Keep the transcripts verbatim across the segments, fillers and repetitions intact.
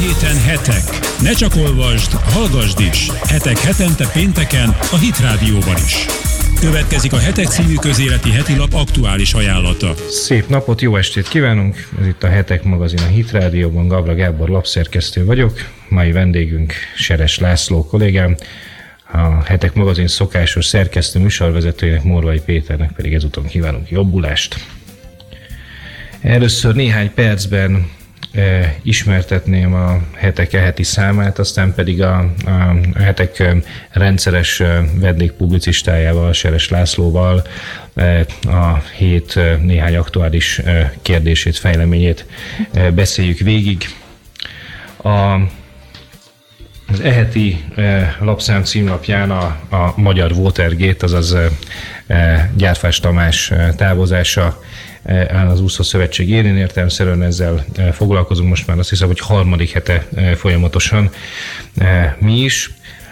héten hetek. Ne csak olvasd, hallgasd is. Hetek hetente pénteken a Hit Rádióban is. Következik a Hetek című közéleti hetilap aktuális ajánlata. Szép napot, jó estét kívánunk! Ez itt a Hetek magazin a Hit Rádióban, Gabra Gábor lapszerkesztő vagyok. Mai vendégünk Seres László kollégám, a Hetek magazin szokásos szerkesztő műsorvezetőjének, Morvai Péternek pedig ezúton kívánunk jobbulást. Először néhány percben eh, ismertetném a Hetek e-heti számát, aztán pedig a, a, a Hetek eh, rendszeres eh, vendégpublicistájával, Seres Lászlóval eh, a hét eh, néhány aktuális eh, kérdését, fejleményét eh, beszéljük végig. A Az e-heti e, lapszám címlapján a, a magyar Watergate, azaz e, Gyárfás Tamás e, távozása e, áll az Úszó Szövetség élén. Értelemszerűen ezzel e, foglalkozunk most már, azt hiszem, hogy harmadik hete e, folyamatosan e, mi is.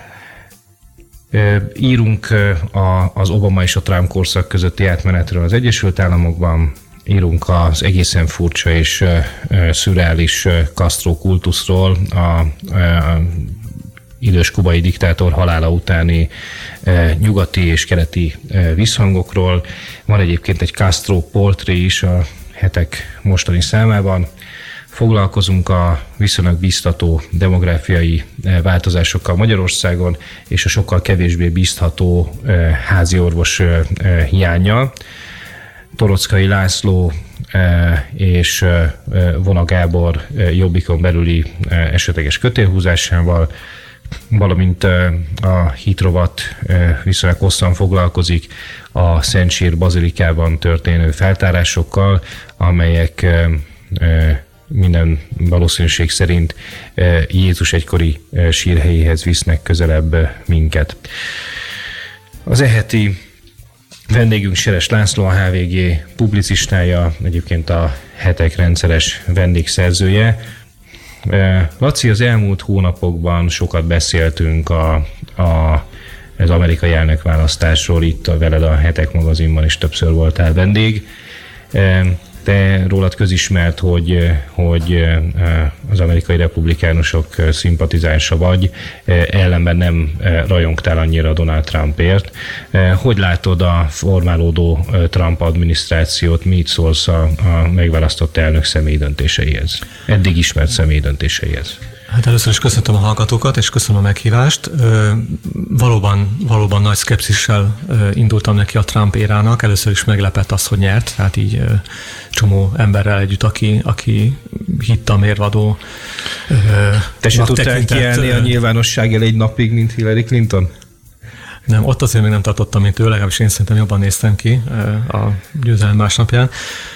E, írunk a, az Obama és a Trump korszak közötti átmenetről az Egyesült Államokban, írunk az egészen furcsa és e, szürreális Castro kultuszról, a, a idős kubai diktátor halála utáni e, nyugati és keleti e, visszhangokról. Van egyébként egy Castro portré is a Hetek mostani számában. Foglalkozunk a viszonylag biztató demográfiai e, változásokkal Magyarországon, és a sokkal kevésbé biztató e, háziorvos e, e, hiánnyal. Toroczkai László e, és e, Vona Gábor e, Jobbikon belüli e, esetleges kötélhúzásával, valamint a hitrovat viszonylag hosszan foglalkozik a Szent Sír bazilikában történő feltárásokkal, amelyek minden valószínűség szerint Jézus egykori sírhelyéhez visznek közelebb minket. Az e-heti vendégünk Seres László, a há vé gé publicistája, egyébként a Hetek rendszeres vendégszerzője. Laci, az elmúlt hónapokban sokat beszéltünk a, a, az amerikai elnökválasztásról, itt a veled a Hetek magazinban is többször voltál vendég. Te rólad közismert, hogy, hogy az amerikai republikánusok szimpatizánsa vagy, ellenben nem rajongtál annyira Donald Trumpért. Hogy látod a formálódó Trump adminisztrációt, mit szólsz a, a megválasztott elnök személyi döntéseihez? Eddig ismert személyi döntéseihez. Hát először is köszöntöm a hallgatókat, és köszönöm a meghívást. Valóban, valóban nagy szkepszissel indultam neki a Trump érának. Először is meglepett az, hogy nyert, tehát így csomó emberrel együtt, aki, aki hitt a mérvadó. Te se tudtál kiállni a nyilvánosság elé egy napig, mint Hillary Clinton? Nem, ott azért még nem tartottam, mint ő, legalábbis én szerintem jobban néztem ki a győzelem másnapján.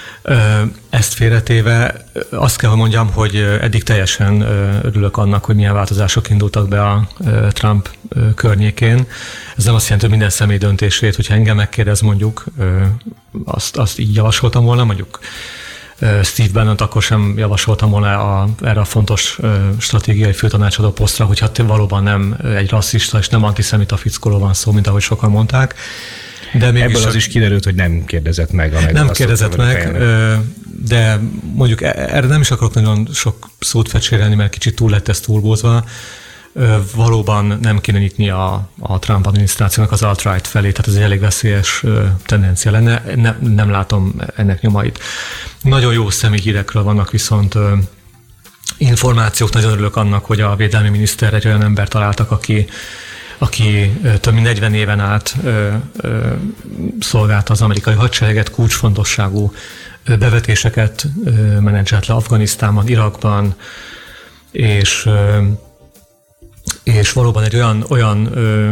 Ezt félretéve azt kell, hogy mondjam, hogy eddig teljesen örülök annak, hogy milyen változások indultak be a Trump környékén. Ez nem azt jelenti, hogy minden személy döntését, hogyha engem megkérdez mondjuk, azt, azt így javasoltam volna, mondjuk Steve Bannon akkor sem javasoltam volna a, erre a fontos stratégiai főtanácsadó posztra, hogyha valóban nem egy rasszista és nem antiszemita fickóról van szó, mint ahogy sokan mondták. De ebből az is kiderült, hogy nem kérdezett meg. A nem kérdezett meg, de mondjuk erre nem is akarok nagyon sok szót fecsérelni, mert kicsit túl lett ez túlbózva. Valóban nem kéne nyitni a, a Trump adminisztrációnak az alt-right felé, tehát ez egy elég veszélyes tendencia lenne. Ne, nem látom ennek nyomait. Nagyon jó személyhírekről vannak viszont információk. Nagyon örülök annak, hogy a védelmi miniszter egy olyan ember találtak, aki aki több mint negyven éven át ö, ö, szolgálta az amerikai hadsereget, kulcsfontosságú bevetéseket ö, menedzselt le Afganisztánban, Irakban, és, ö, és valóban egy olyan, olyan, ö,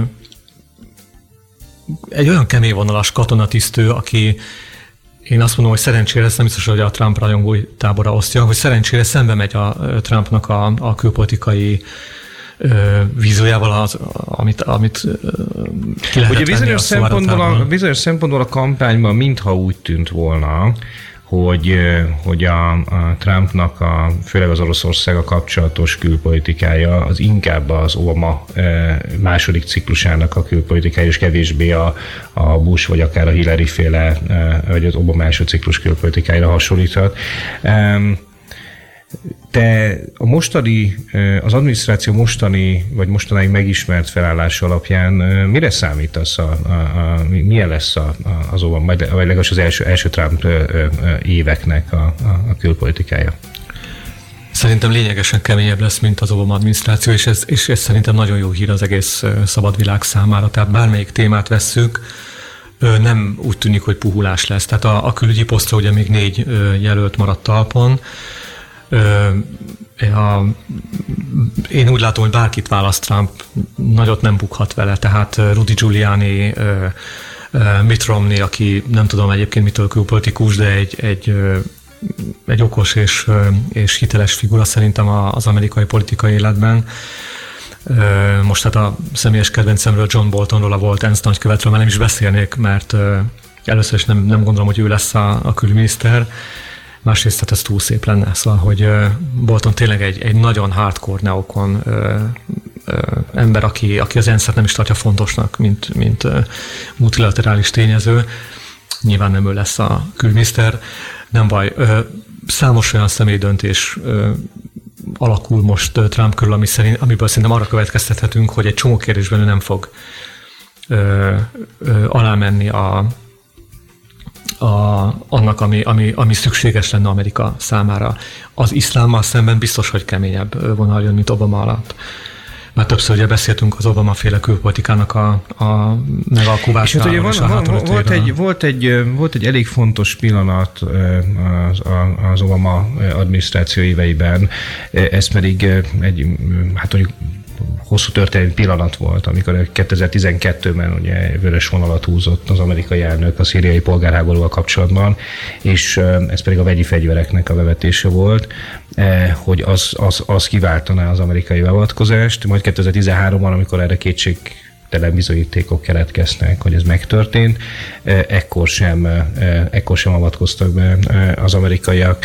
egy olyan keményvonalas katonatisztő, aki én azt mondom, hogy szerencsére, ez nem biztos, hogy a Trump rajongói tábora osztja, hogy szerencsére szembe megy a Trumpnak a, a külpolitikai víziójával, az, amit, amit ki lehet ugye bizonyos a szempontból a, bizonyos szempontból a kampányban mintha úgy tűnt volna, hogy, hogy a, a Trumpnak a, főleg az Oroszországgal kapcsolatos külpolitikája az inkább az Obama második ciklusának a külpolitikája, és kevésbé a, a Bush vagy akár a Hillary féle, vagy az Obama első ciklus külpolitikájára hasonlíthat. Te a mostani, az adminisztráció mostani, vagy mostanáig megismert felállása alapján mire számítasz? A, a, a, milyen lesz a, a, az Obama, vagy legalábbis az első, első Trump éveknek a, a, a külpolitikája? Szerintem lényegesen keményebb lesz, mint az Obama adminisztráció, és ez, és ez szerintem nagyon jó hír az egész szabad világ számára. Tehát bármelyik témát vesszük, nem úgy tűnik, hogy puhulás lesz. Tehát a, a külügyi posztra ugye még négy jelölt maradt talpon. A, én úgy látom, hogy bárkit választ Trump, nagyot nem bukhat vele. Tehát Rudy Giuliani, Mitt Romney, aki nem tudom egyébként mitől külpolitikus, de egy, egy egy okos és, és hiteles figura szerintem az amerikai politikai életben. Most hát a személyes kedvencemről, John Boltonról, a volt ENSZ nagykövetről már nem is beszélnék, mert először is nem, nem gondolom, hogy ő lesz a, a külügyminiszter. Másrészt hát ez túl szép lenne, szóval, hogy Bolton tényleg egy, egy nagyon hardcore neokon ember, aki, aki az ENSZ-et nem is tartja fontosnak, mint, mint multilaterális tényező. Nyilván nem ő lesz a külügyminiszter. Nem baj, számos olyan személydöntés alakul most Trump körül, ami szerint, amiből szerintem arra következtethetünk, hogy egy csomó kérdésben ő nem fog ö, ö, alámenni a, a, annak, ami, ami, ami szükséges lenne Amerika számára. Az iszlámmal szemben biztos, hogy keményebb vonal jön, mint Obama alatt. Már többször ugye beszéltünk az Obama-féle külpolitikának a, a megalkuvásáról. És, hát és van, volt, egy, volt, egy, volt egy elég fontos pillanat az, az Obama adminisztráció éveiben, ez pedig egy, hát mondjuk hosszú történelmi pillanat volt, amikor kétezer-tizenkettőben ugye vörös vonalat húzott az amerikai elnök a szíriai polgárháborúval kapcsolatban, és ez pedig a vegyi fegyvereknek a bevetése volt, hogy az, az, az kiváltaná az amerikai beavatkozást. Majd kétezer-tizenháromban, amikor erre kétség telen bizonyítékok keletkeznek, hogy ez megtörtént. Ekkor sem, ekkor sem avatkoztak be az amerikaiak.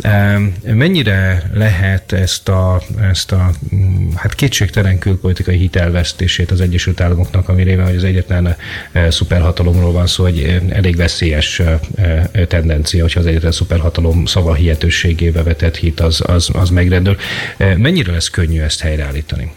Mennyire lehet ezt a, ezt a hát kétségtelen külpolitikai hitelvesztését az Egyesült Államoknak, ami révén, hogy az egyetlen szuperhatalomról van szó, hogy elég veszélyes tendencia, hogyha az egyetlen szuperhatalom szavahihetőségébe vetett hit, az, az, az megrendül. Mennyire lesz könnyű ezt helyreállítani?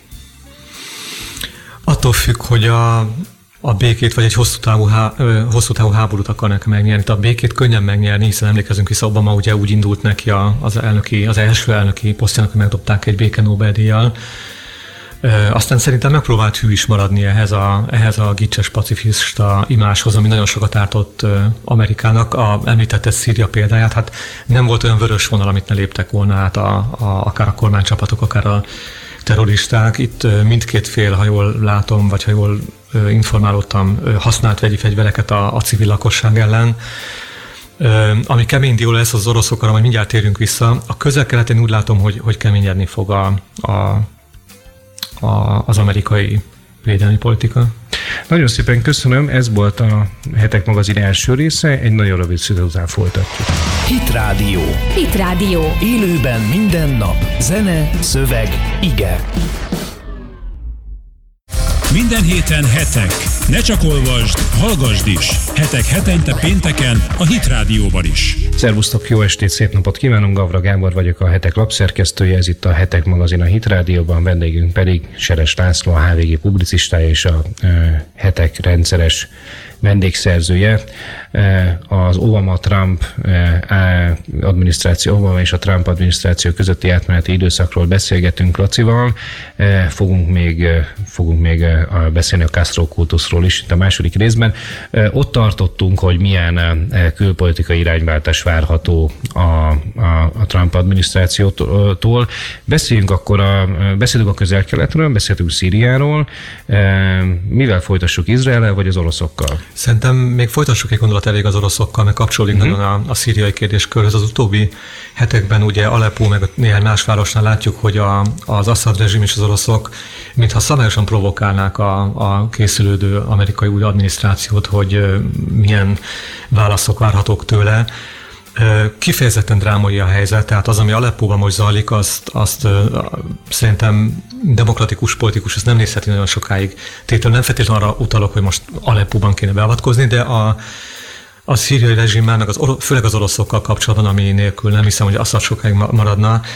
Attól függ, hogy a, a békét, vagy egy hosszú távú, há, hosszú távú háborút akarnak megnyerni. A békét könnyen megnyerni, hiszen emlékezünk vissza, Obama ugye úgy indult neki az, elnöki, az első elnöki posztjának, hogy megdobták egy béke Nobel-díjjal. Aztán szerintem megpróbált hű is maradni ehhez a, ehhez a gicses pacifista imáshoz, ami nagyon sokat ártott Amerikának. A, említette Szíria példáját, hát nem volt olyan vörös vonal, amit ne léptek volna át a, a, akár a kormánycsapatok, akár a terroristák. Itt mindkét fél, ha jól látom, vagy ha jól informálódtam, használt vegyi fegyvereket a, a civil lakosság ellen. Ami kemény dió lesz az oroszokra, majd mindjárt térjünk vissza. A közel-keleten úgy látom, hogy, hogy keményedni fog a, a, a, az amerikai védelmi politika. Nagyon szépen köszönöm, ez volt a Hetek magazin első része, egy nagyon rövid szünet után folytatjuk. Hit Rádió. Hit Rádió. Élőben minden nap. Zene, szöveg, ige. Minden héten hetek. Ne csak olvasd, hallgasd is. Hetek hetente pénteken a Hit Rádióban is. Szervusztok, jó estét, szép napot kívánom, Gavra Gábor vagyok, a Hetek lapszerkesztője, ez itt a Hetek magazin a Hit Rádióban, vendégünk pedig Seres László, a há vé gé publicistája és a e, Hetek rendszeres vendégszerzője. Az Obama-Trump adminisztráció, Obama és a Trump adminisztráció közötti átmeneti időszakról beszélgetünk Lacival. Fogunk még, fogunk még beszélni a Castro kultuszról is itt a második részben. Ott tartottunk, hogy milyen külpolitikai irányváltás várható a, a, a Trump adminisztrációtól. Beszéljünk akkor a, beszélünk a közel-keletről, beszéltünk Szíriáról. Mivel folytassuk, Izraellel vagy az oroszokkal? Szerintem még folytassuk egy gondolat elég az oroszokkal, meg kapcsolódik uh-huh. nagyon a, a szíriai kérdéskörhöz. Az utóbbi hetekben ugye Aleppo meg néhány más városnál látjuk, hogy a, az Assad rezsim és az oroszok mintha szabályosan provokálnák a, a készülődő amerikai új adminisztrációt, hogy milyen válaszok várhatók tőle. Kifejezetten drámai a helyzet, tehát az, ami Aleppóban most zajlik, azt, azt szerintem demokratikus politikus, ezt nem nézheti nagyon sokáig. Tétől nem feltétlenül arra utalok, hogy most Aleppóban kéne beavatkozni, de a, a szíriai rezsimmel, meg az, főleg az oroszokkal kapcsolatban, ami nélkül nem hiszem, hogy Assad sokáig maradna,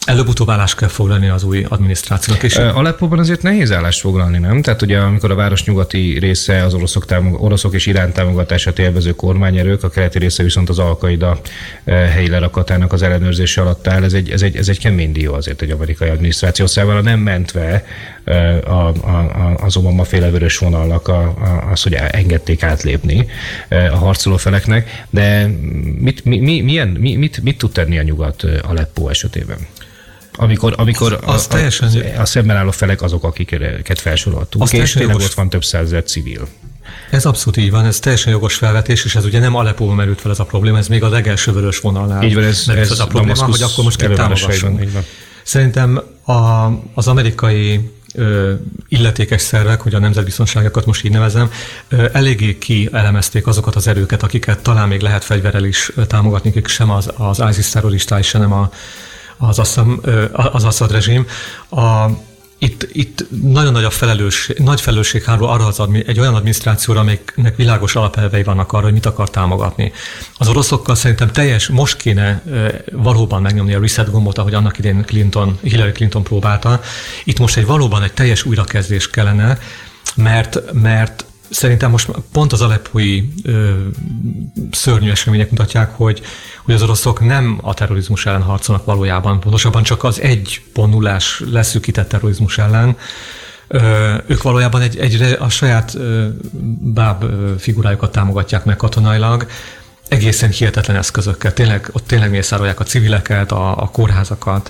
Előbb-utóbb állást kell foglalni az új adminisztrációnak. És Aleppóban azért nehéz állást foglalni, nem? Tehát ugye amikor a város nyugati része az oroszok, támog, oroszok és Irán támogatását élvező kormányerők, a keleti része viszont az Al-Qaida helyi lerakatának az ellenőrzése alatt áll. Ez egy, ez egy, ez egy kemény dió azért egy amerikai adminisztráció számára, nem mentve a, a, a, az Obama féle vörös vonalnak a, a, az, hogy engedték átlépni a harcoló feleknek, de mit, mi, mi, milyen, mi, mit, mit tud tenni a nyugat Aleppó esetében? Amikor, amikor az, az a, teljesen, a, a szemben álló felek azok, akiket felsoroltunk, és tényleg ott van több százezer civil. Ez abszolút így van, ez teljesen jogos felvetés, és ez ugye nem Aleppóban merült fel ez a probléma, ez még a legelső vörös vonalnál így van, ez, merült ez ez a probléma, hogy akkor most kell támogassunk. Szerintem a, az amerikai ö, illetékes szervek, hogy a nemzetbiztonságokat most így nevezem, ö, eléggé kielemezték azokat az erőket, akiket talán még lehet fegyverrel is támogatni, akik sem az, az ISIS terroristái, sem nem a az Assad, az Assad rezsim. A, itt, itt nagyon nagy a felelősség, nagy felelősség hárul arra az admi, egy olyan adminisztrációra, amelynek világos alapelvei vannak arra, hogy mit akar támogatni. Az oroszokkal szerintem teljes, most kéne valóban megnyomni a reset gombot, ahogy annak idén Clinton, Hillary Clinton próbálta. Itt most egy valóban egy teljes újrakezdés kellene, mert, mert szerintem most pont az aleppói ö, szörnyű események mutatják, hogy, hogy az oroszok nem a terrorizmus ellen harcolnak valójában, pontosabban csak az egy pont nullás leszűkített terrorizmus ellen. Ö, ők valójában egy, egy, a saját ö, báb ö, figurájukat támogatják meg katonailag, egészen hihetetlen eszközökkel. Tényleg, ott tényleg mészárolják a civileket, a, a kórházakat.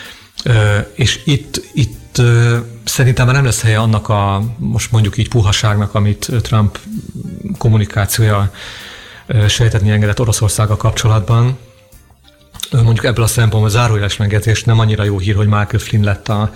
Ö, és itt, itt szerintem már nem lesz helye annak a, most mondjuk így puhaságnak, amit Trump kommunikációja sejtetni engedett Oroszországgal kapcsolatban. Mondjuk ebből a szempontból zárójeles megjegyzés, nem annyira jó hír, hogy Michael Flynn lett a,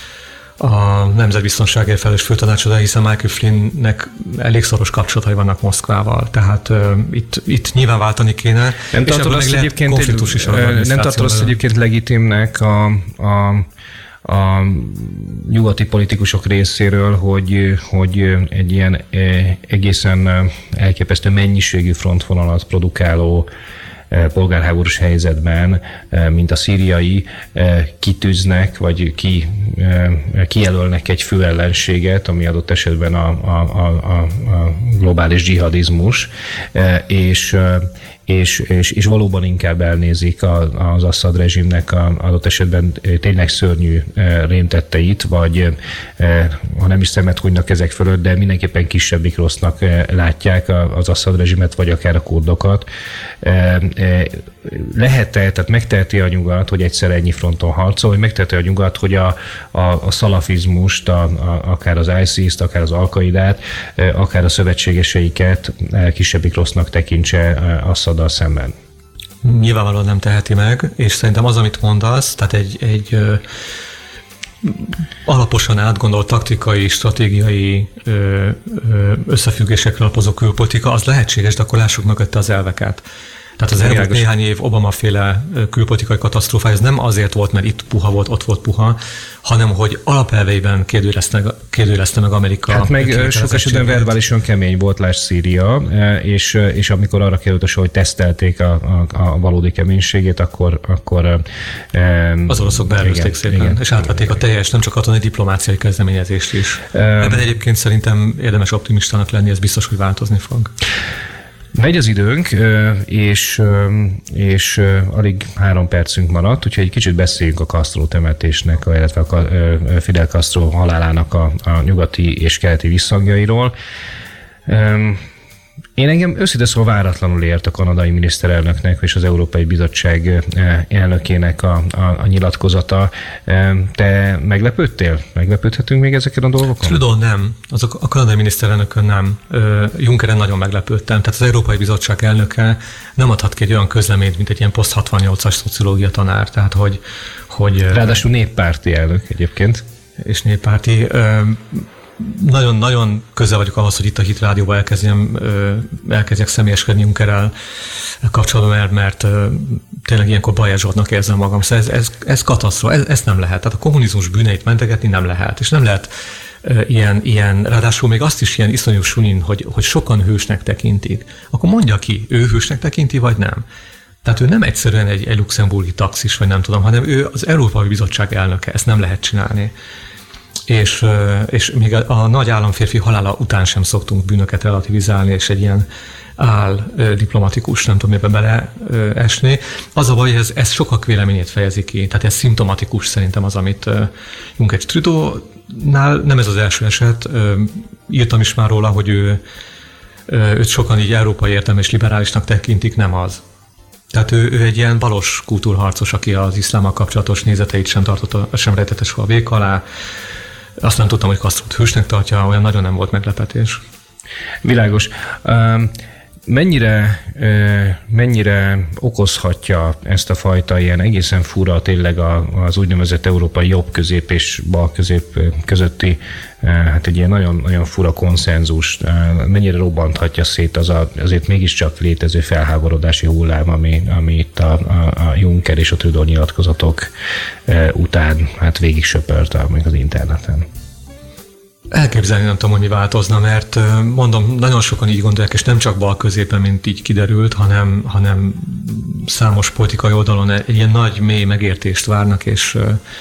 a nemzetbiztonságért felelős főtanácsadó, hiszen Michael Flynnnek elég szoros kapcsolatai vannak Moszkvával, tehát uh, itt, itt nyilván váltani kéne. Nem tartod azt egyébként, is nem tartod azt egyébként legitimnek a, a a nyugati politikusok részéről, hogy, hogy egy ilyen egészen elképesztő mennyiségű frontvonalat produkáló polgárháborús helyzetben, mint a szíriai, kitűznek, vagy ki, kijelölnek egy fő ellenséget, ami adott esetben a, a, a, a globális dzsihadizmus, és És, és, és valóban inkább elnézik az Assad rezsimnek a, adott esetben tényleg szörnyű rémtetteit, vagy ha nem is szemet hunynak ezek fölött, de mindenképpen kisebbik rossznak látják az Assad rezsimet, vagy akár a kurdokat. Lehet-e, tehát megteheti a nyugat, hogy egyszer ennyi fronton harcol, vagy megteheti a nyugat, hogy a, a, a szalafizmust, a, a, akár az ISIS-t, akár az Al-Qaidát, akár a szövetségeseiket kisebbik rossznak tekintse Assaddal szemben? Nyilvánvalóan nem teheti meg, és szerintem az, amit mondasz, tehát egy, egy alaposan átgondolt taktikai, stratégiai összefüggésekre alapozó külpolitika, az lehetséges, de akkor lássuk mögötte az elveket. Tehát az elmúlt néhány év Obama-féle külpolitikai katasztrófa, ez nem azért volt, mert itt puha volt, ott volt puha, hanem hogy alapelveiben kérdőjelezte meg Amerika. Hát meg sok esetben verbálisan kemény volt, lásd Szíria, és, és amikor arra került a sor, hogy tesztelték a, a, a valódi keménységét, akkor... akkor az oroszok beerőzték szépen, igen, és átvették a teljes, nem csak katonai diplomáciai kezdeményezést is. Um, Ebben egyébként szerintem érdemes optimistának lenni, ez biztos, hogy változni fog. Megy az időnk, és, és alig három percünk maradt, úgyhogy egy kicsit beszéljünk a Castro temetésnek, illetve a Fidel Castro halálának a, a nyugati és keleti visszhangjairól. Én engem őszintén szóval váratlanul ért a kanadai miniszterelnöknek és az Európai Bizottság elnökének a, a, a nyilatkozata. Te meglepődtél? Meglepődhetünk még ezeken a dolgokon? Trudeau nem. Azok a kanadai miniszterelnökön nem. Junckeren nagyon meglepődtem. Tehát az Európai Bizottság elnöke nem adhat ki egy olyan közleményt, mint egy ilyen poszt hatvannyolcas szociológia tanár. Tehát, hogy, hogy ráadásul néppárti elnök egyébként. És néppárti. Nagyon-nagyon közel vagyok ahhoz, hogy itt a Hit Rádióban elkezdjem, elkezdjek személyeskedni Junckerrel kapcsolatban, mert, mert tényleg ilyenkor Bajer Zsoltnak érzem magam. Szóval ez, ez, ez katasztrófa, ez, ez nem lehet. Tehát a kommunizmus bűneit mentegetni nem lehet. És nem lehet ilyen, ilyen ráadásul még azt is ilyen iszonyú sunyin, hogy, hogy sokan hősnek tekintik. Akkor mondja ki, ő hősnek tekinti, vagy nem? Tehát ő nem egyszerűen egy, egy luxemburgi taxis, vagy nem tudom, hanem ő az Európai Bizottság elnöke, ezt nem lehet csinálni. És, és még a, a nagy államférfi halála után sem szoktunk bűnöket relativizálni, és egy ilyen áll diplomatikus, nem tudom, ebbe beleesni. Az a baj, hogy ez, ez sokak véleményét fejezi ki, tehát ez szimptomatikus szerintem az, amit Juncker Trudeau-nál nem ez az első eset. Írtam is már róla, hogy ő, őt sokan így európai értelme és liberálisnak tekintik, nem az. Tehát ő, ő egy ilyen balos kultúrharcos, aki az iszlámmal kapcsolatos nézeteit sem tartotta, sem rejtette soha vék alá. Azt nem tudtam, hogy Castrót hősnek tartja, olyan nagyon nem volt meglepetés. Világos. Mennyire, mennyire okozhatja ezt a fajta ilyen egészen fura tényleg az úgynevezett európai jobb közép és bal közép közötti, hát egy ilyen nagyon, nagyon fura konszenzus, mennyire robbanthatja szét az a, azért mégiscsak létező felháborodási hullám, ami, ami itt a, a, a Juncker és a Trudeau nyilatkozatok után hát végig söpört az interneten. Elképzelni nem tudom, hogy mi változna, mert mondom, nagyon sokan így gondolják, és nem csak bal középen, mint így kiderült, hanem, hanem számos politikai oldalon egy ilyen nagy, mély megértést várnak, és,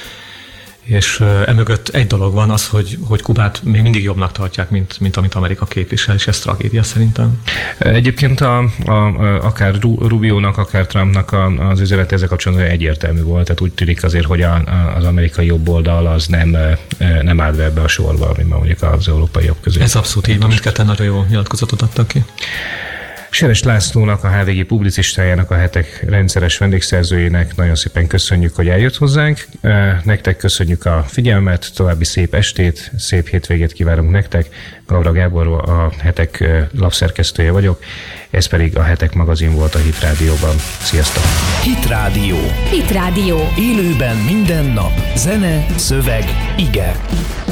és emögött egy dolog van, az, hogy, hogy Kubát még mindig jobbnak tartják, mint, mint amit Amerika képvisel, és ez tragédia szerintem. Egyébként a, a, a, akár Rubiónak, akár Trumpnak a, az üzenet ezzel kapcsolatban egyértelmű volt, tehát úgy tűnik azért, hogy a, az amerikai jobb oldal az nem, nem áll be ebbe a sorba, mint mondjuk az európai jobb közé. Ez abszolút így van, mindketten nagyon jó nyilatkozatot adtak ki. Seres Lászlónak, a há vé gé publicistájának, a Hetek rendszeres vendégszerzőjének nagyon szépen köszönjük, hogy eljött hozzánk. Nektek köszönjük a figyelmet, további szép estét, szép hétvégét kívánunk nektek. Gavra Gábor, a Hetek lapszerkesztője vagyok, ez pedig a Hetek magazin volt a Hit Rádióban. Sziasztok! Hit Rádió. Hit Rádió. Élőben minden nap. Zene, szöveg, ige.